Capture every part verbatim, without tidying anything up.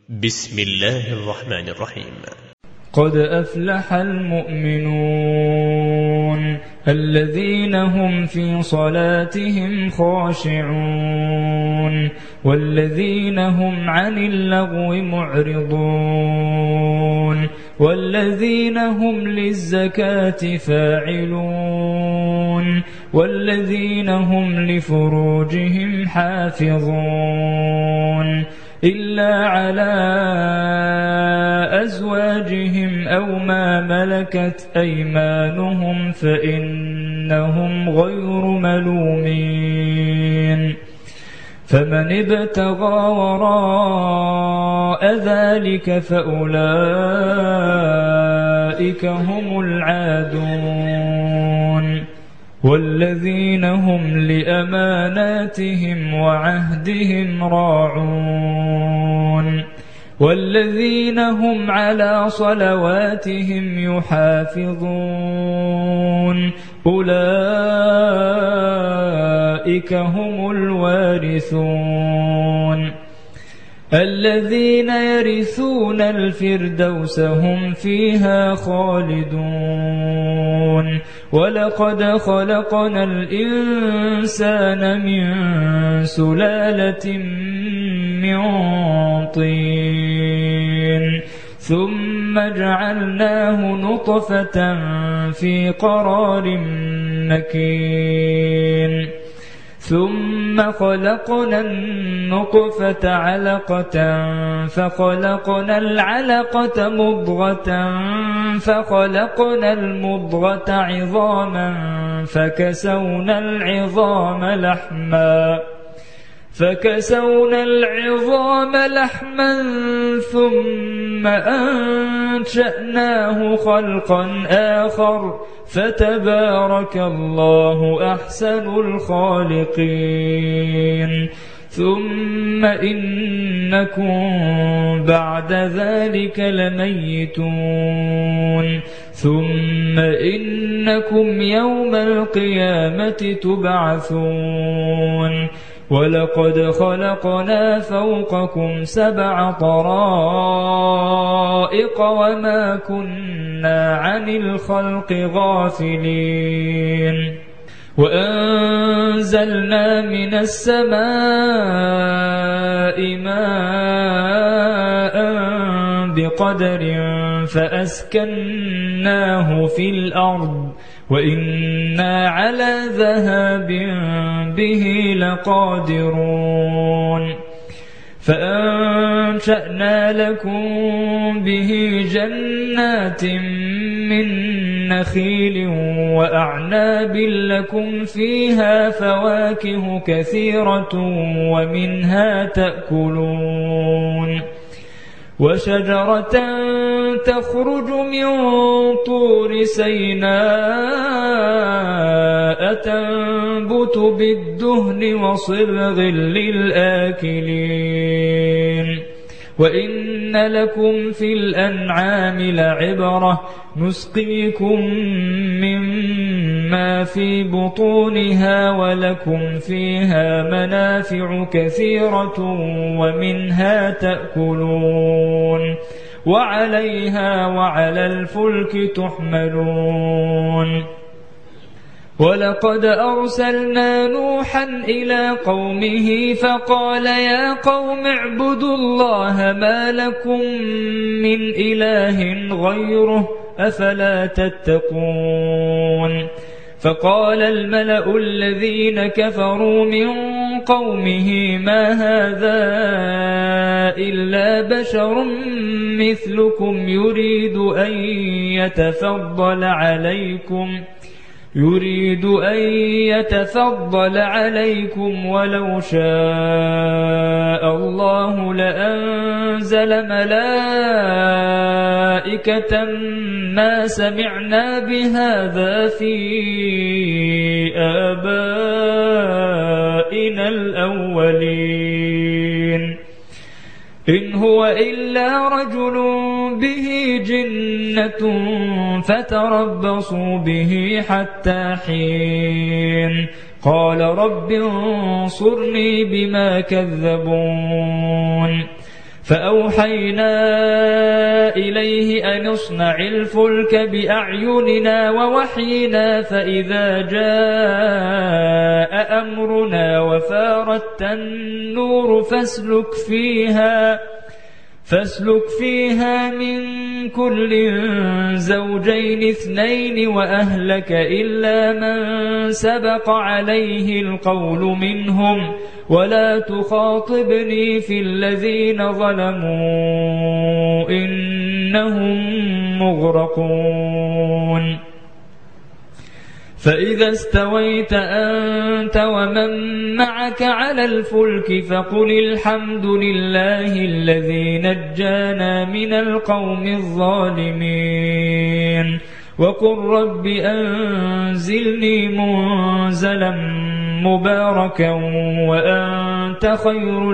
بسم الله الرحمن الرحيم. قد أفلح المؤمنون الذين هم في صلاتهم خاشعون والذين هم عن اللغو معرضون والذين هم للزكاة فاعلون والذين هم لفروجهم حافظون إلا على أزواجهم أو ما ملكت أيمانهم فإنهم غير ملومين فمن ابتغى وراء ذلك فأولئك هم العادون والذين هم لأماناتهم وعهدهم راعون والذين هم على صلواتهم يحافظون أولئك هم الوارثون الذين يرثون الفردوس هم فيها خالدون ولقد خلقنا الإنسان من سلالة من طين ثم جعلناه نطفة في قرار مكين ثم خلقنا النطفة علقة فخلقنا العلقة مضغة فخلقنا المضغة عظاما فكسونا العظام لحما فكسونا العظام لحما ثم أنشأناه خلقا آخر فتبارك الله أحسن الخالقين ثم إنكم بعد ذلك لميتون ثم إنكم يوم القيامة تبعثون ولقد خلقنا فوقكم سبع طرائق وما كنا عن الخلق غافلين وأنزلنا من السماء ماء بقدر فأسكناه في الأرض وإنا على ذهاب به لقادرون فأنشأنا لكم به جنات من نخيل وأعناب لكم فيها فواكه كثيرة ومنها تأكلون وشجرة تخرج من طور سيناء تنبت بالدهن وصبغ للآكلين وإن لكم في الأنعام لعبرة نسقيكم مما في بطونها ولكم فيها منافع كثيرة ومنها تأكلون وعليها وعلى الفلك تحملون ولقد أرسلنا نوحا إلى قومه فقال يا قوم اعبدوا الله ما لكم من إله غيره أفلا تتقون فقال الملأ الذين كفروا من قومه ما هذا إلا بشر مثلكم يريد أن يتفضل عليكم يريد أن يتفضل عليكم ولو شاء الله لأنزل ملائكة ما سمعنا بهذا في آبائنا الأولين إن هو إلا رجل به جنة فتربصوا به حتى حين قال رب انصرني بما كذبون فأوحينا إليه أن اصنع الفلك بأعيننا ووحينا فإذا جاء أمرنا وفارت النور فاسلك فيها فاسلك فيها من كل زوجين اثنين وأهلك إلا من سبق عليه القول منهم ولا تخاطبني في الذين ظلموا إنهم مغرقون فإذا استويت أنت ومن معك على الفلك فقل الحمد لله الذي نجانا من القوم الظالمين وقل رب أنزلني منزلا مباركا وأنت خير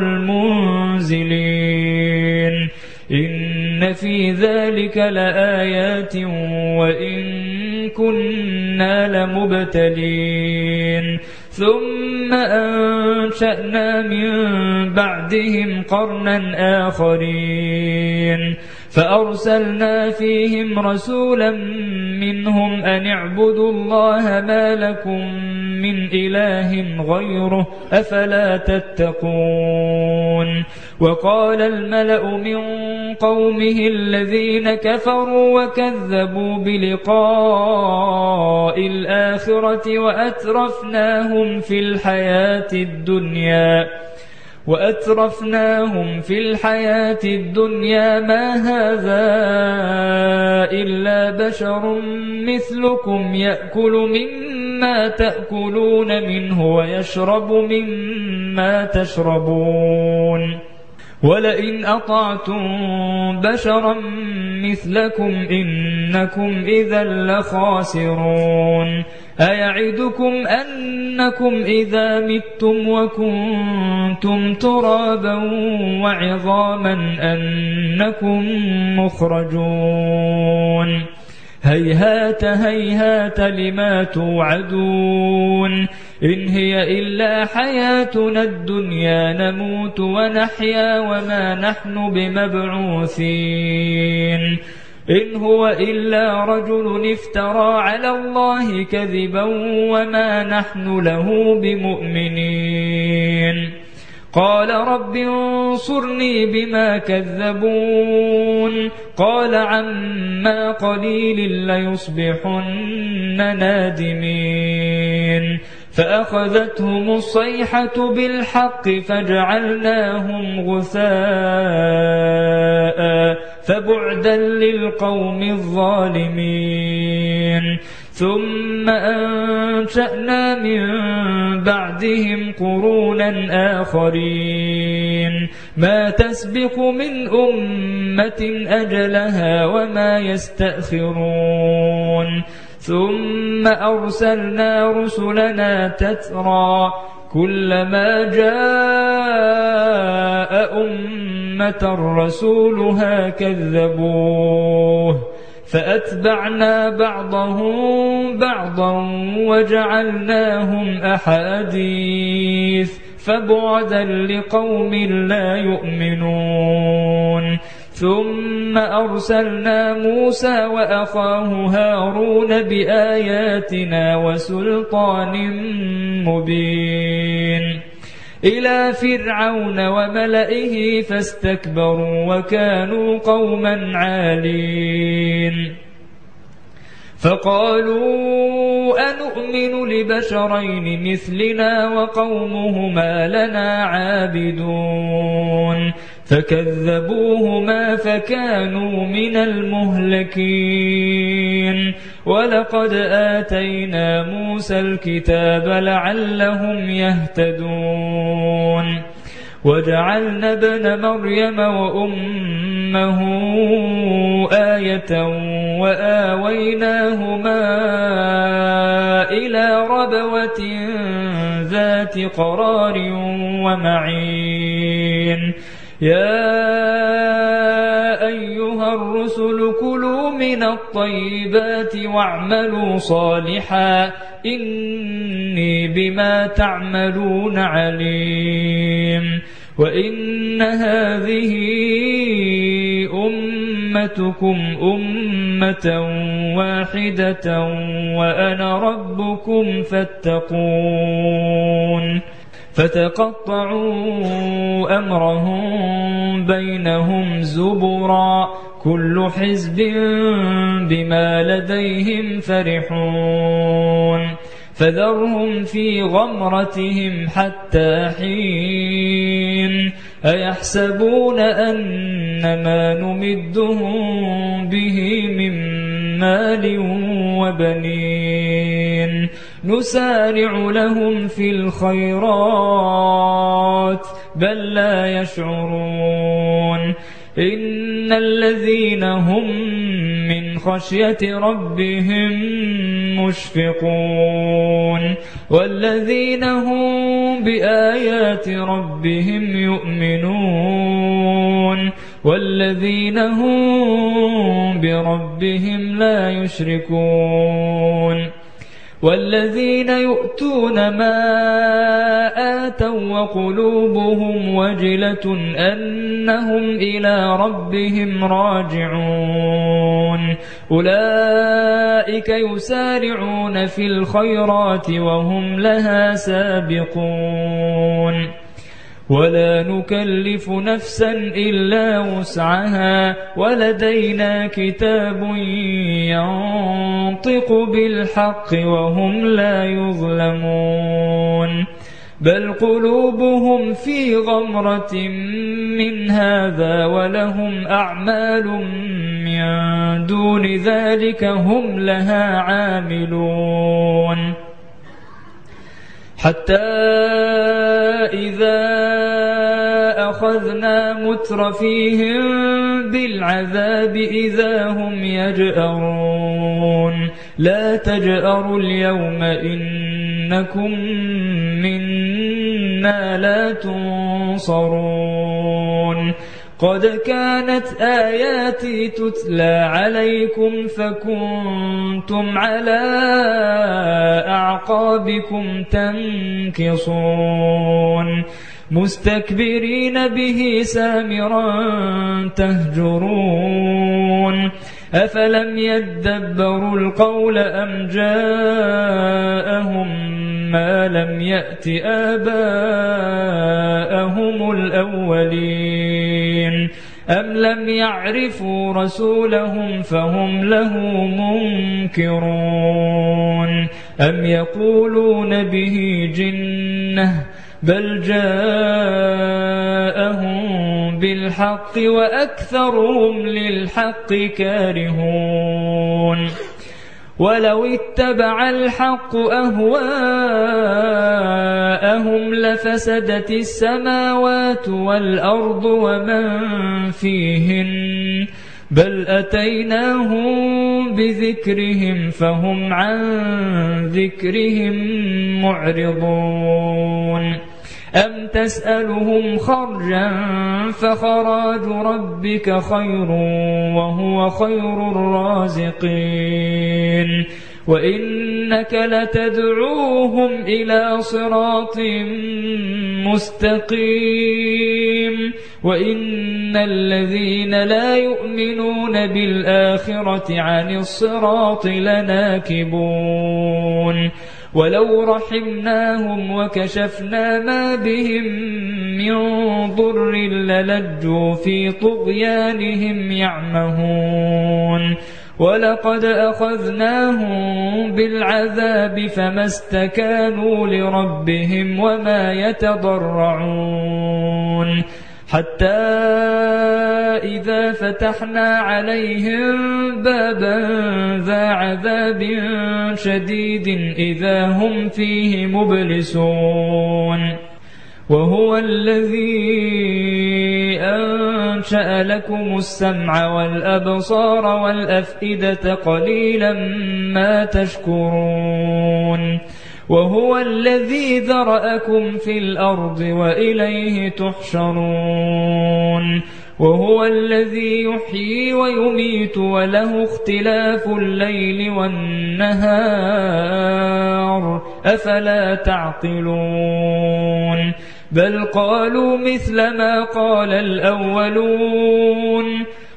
المنزلين إن في ذلك لآيات وإن كنا لمبتلين ثم أنشأنا من بعدهم قرنا آخرين فأرسلنا فيهم رسولا منهم أن اعبدوا الله ما لكم من إله غيره أفلا تتقون وقال الملأ من قومه الذين كفروا وكذبوا بلقاء الآخرة وأترفناهم في الحياة الدنيا وأترفناهم في الحياة الدنيا ما هذا إلا بشر مثلكم يأكل مما تأكلون منه ويشرب مما تشربون ولئن أطعتم بشرا مثلكم إنكم إذا لخاسرون أيعدكم أنكم إذا متم وكنتم ترابا وعظاما أنكم مخرجون هيهات هيهات لما توعدون إن هي إلا حياتنا الدنيا نموت ونحيا وما نحن بمبعوثين إن هو إلا رجل افترى على الله كذبا وما نحن له بمؤمنين قال رب انصرني بما كذبون قال عما قليل ليصبحن نادمين فأخذتهم الصيحة بالحق فجعلناهم غثاء فبعدا للقوم الظالمين ثم أنشأنا من بعدهم قرونا آخرين ما تسبق من أمة أجلها وما يستأخرون ثم أرسلنا رسلنا تترى كلما جاء أمة رسولها كذبوه فأتبعنا بعضهم بعضا وجعلناهم أحاديث فبعدا لقوم لا يؤمنون ثم أرسلنا موسى وأخاه هارون بآياتنا وسلطان مبين إلى فرعون وملئه فاستكبروا وكانوا قوما عالين فقالوا أنؤمن لبشرين مثلنا وقومهما لنا عابدون فكذبوهما فكانوا من المهلكين ولقد آتينا موسى الكتاب لعلهم يهتدون وجعلنا ابن مريم وأمه آية وآويناهما إلى ربوة ذات قرار ومعين يا أيها الرسل الرسل كلوا من الطيبات واعملوا صالحا إني بما تعملون عليم وإن هذه أمتكم أمة واحدة وأنا ربكم فاتقون فتقطعوا أمرهم بينهم زبرا كل حزب بما لديهم فرحون فذرهم في غمرتهم حتى حين أيحسبون أن ما نمدهم به من مال وبنين نسارع لهم في الخيرات بل لا يشعرون إن الذين هم من خشية ربهم مشفقون والذين هم بآيات ربهم يؤمنون والذين هم بربهم لا يشركون والذين يؤتون ما آتوا وقلوبهم وجلة أنهم إلى ربهم راجعون أولئك يسارعون في الخيرات وهم لها سابقون ولا نكلف نفسا إلا وسعها ولدينا كتاب ينطق بالحق وهم لا يظلمون بل قلوبهم في غمرة من هذا ولهم أعمال من دون ذلك هم لها عاملون حتى إذا أخذنا مترفيهم بالعذاب إذا هم يجأرون لا تجأروا اليوم إنكم منا لا تنصرون قد كانت آياتي تتلى عليكم فكنتم على أعقابكم تنكصون مستكبرين به سامرا تهجرون أفلم يدبروا القول أم جاءهم ما لم يأت آباءهم الأولين أم لم يعرفوا رسولهم فهم له منكرون أم يقولون به جنة بل جاءهم بالحق وأكثرهم للحق كارهون ولو اتبع الحق أهواءهم لفسدت السماوات والأرض ومن فيهن بل أتيناهم بذكرهم فهم عن ذكرهم معرضون أم تسألهم خرجا فخراج ربك خير وهو خير الرازقين وإنك لتدعوهم إلى صراط مستقيم وإن الذين لا يؤمنون بالآخرة عن الصراط لناكبون ولو رحمناهم وكشفنا ما بهم من ضر للجوا في طغيانهم يعمهون ولقد أخذناهم بالعذاب فما استكانوا لربهم وما يتضرعون حتى إذا فتحنا عليهم بابا ذا عذاب شديد إذا هم فيه مبلسون وهو الذي أنشأ لكم السمع والأبصار والأفئدة قليلا ما تشكرون وهو الذي ذرأكم في الأرض وإليه تحشرون وهو الذي يحيي ويميت وله اختلاف الليل والنهار أفلا تعقلون بل قالوا مثل ما قال الأولون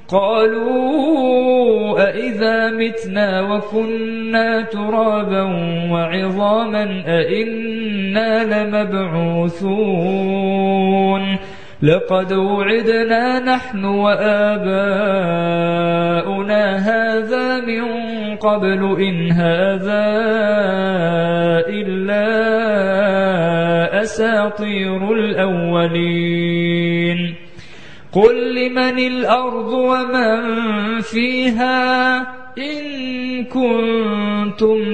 قالوا أئذا متنا وكنا ترابا وعظاما أئنا لمبعوثون لقد وعدنا نحن وآباؤنا هذا من قبل إن هذا إلا أساطير الأولين قل لمن الأرض ومن فيها إن كنتم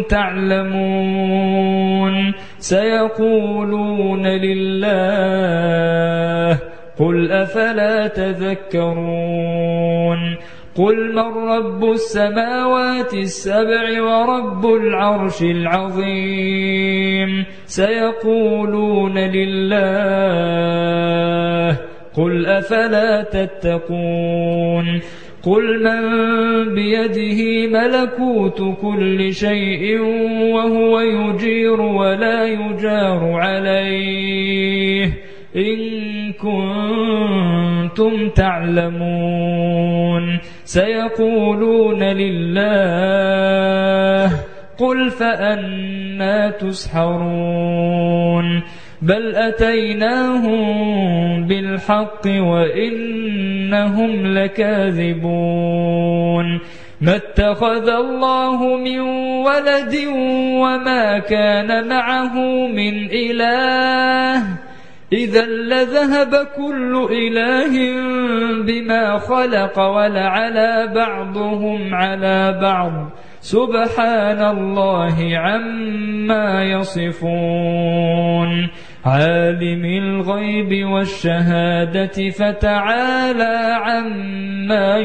تعلمون سيقولون لله قل أفلا تذكرون قل من رب السماوات السبع ورب العرش العظيم سيقولون لله قل أفلا تتقون قل من بيده ملكوت كل شيء وهو يجير ولا يجار عليه إن كنتم تعلمون سيقولون لله قل فأنى تسحرون بل أتيناهم بالحق وإنهم لكاذبون ما اتخذ الله من ولد وما كان معه من إله إذا لذهب كل إله بما خلق ولعلى بعضهم على بعض سبحان الله عما يصفون عالم الغيب والشهادة فتعالى عما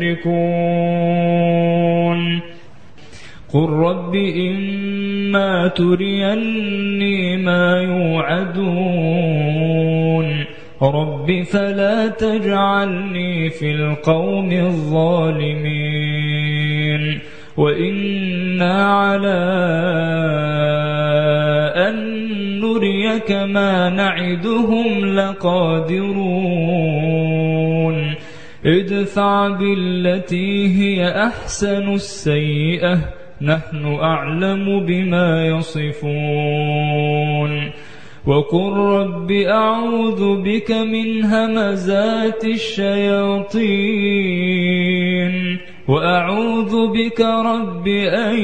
يشركون قل رب إما تريني ما يوعدون رب فلا تجعلني في القوم الظالمين وإنا على أن نريك ما نعدهم لقادرون ادفع بالتي هي أحسن السيئة نحن أعلم بما يصفون وقل رب أعوذ بك من همزات الشياطين وأعوذ بك رب أن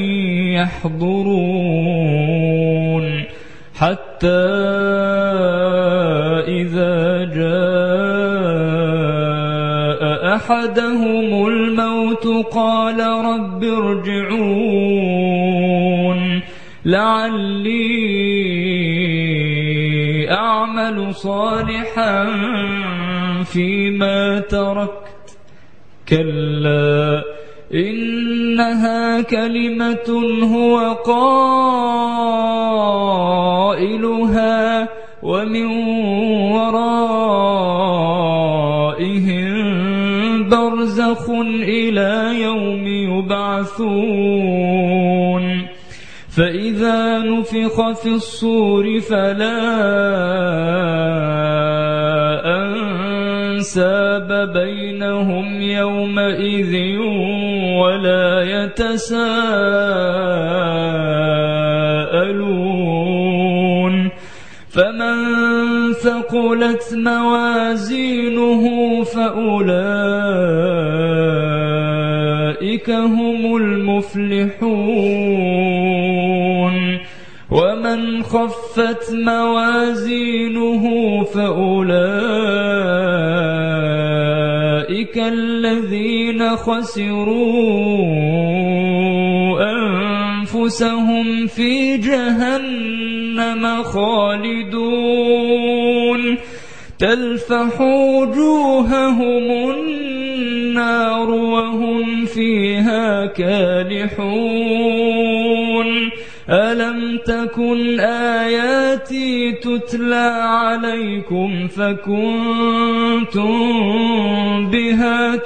يحضرون حتى إذا جاء أحدهم الموت قال رب ارجعون لعلي أعمل صالحا فيما تركت كلا إنها كلمة هو قائلها ومن ورائهم برزخ إلى يوم يبعثون فإذا نفخ في الصور فلا أنساب بينهم يومئذ ولا يتساءلون فمن ثقلت موازينه فأولئك هم المفلحون ومن خفت موازينه فأولئك الذين خسروا أنفسهم في جهنم خالدون تلفح وجوههم النار وهم فيها كالحون ألم تكن آياتي التي تتلى عليكم فكنتم بها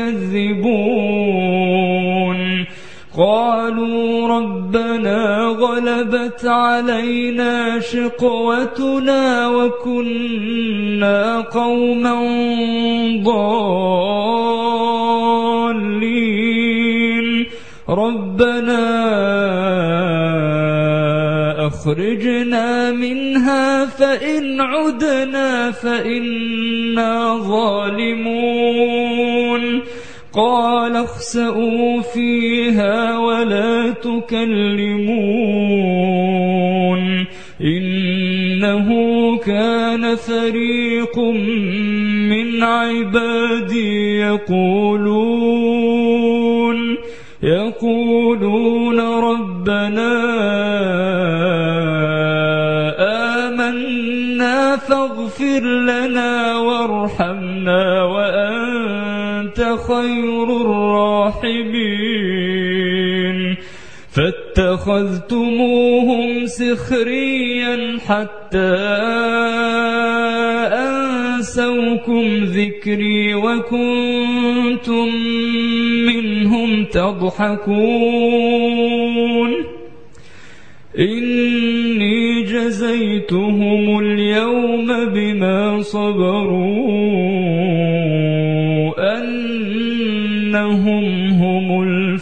تكذبون قالوا ربنا غلبت علينا شقوتنا وكنا قوما ضالين ربنا أخرجنا منها فإن عدنا فإنا ظالمون قال اخسئوا فيها ولا تكلمون إنه كان فريق من عبادي يقولون يقولون ربنا آمنا فاغفر لنا وارحمنا وأنت خير الراحمين فاتخذتموهم سخريا حتى أنسوكم ذكري وكنتم منهم تضحكون إني جزيتهم اليوم بما صبروا أنهم هم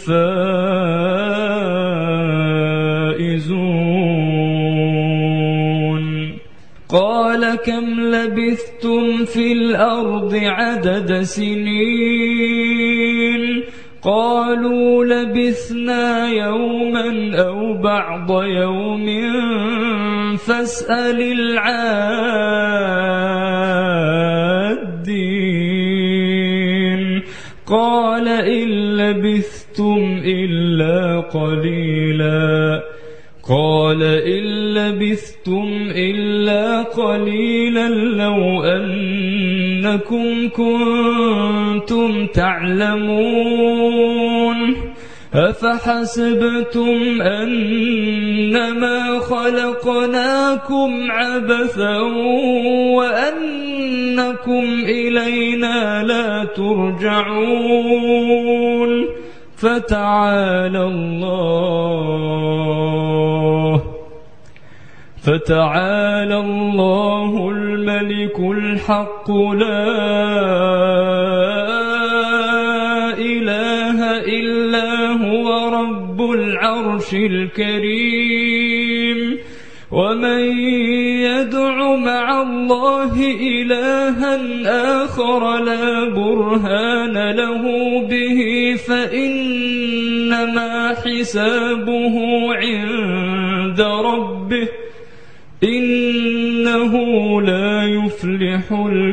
الفائزون قال كم لبثتم في الأرض عدد سنين قالوا لبثنا يوما أو بعض يوم فاسأل العادين قال إن لبثتم إلا قليلا قال إن لبثتم إلا قليلا لو أنكم كنتم تعلمون أفحسبتم أنما خلقناكم عبثا وأنكم إلينا لا ترجعون فتعالى الله فتعالى الله الملك الحق لا إله إلا هو رب العرش الكريم ومن يدع مع الله إلها آخر لا برهان له به فإنما حسابه عند ربه إنه لا يفلح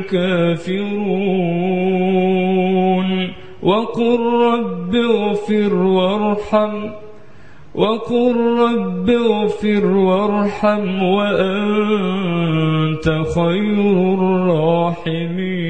الكافرون وقل رب اغفر وارحم وقل رب اغفر وارحم وأنت خير الراحمين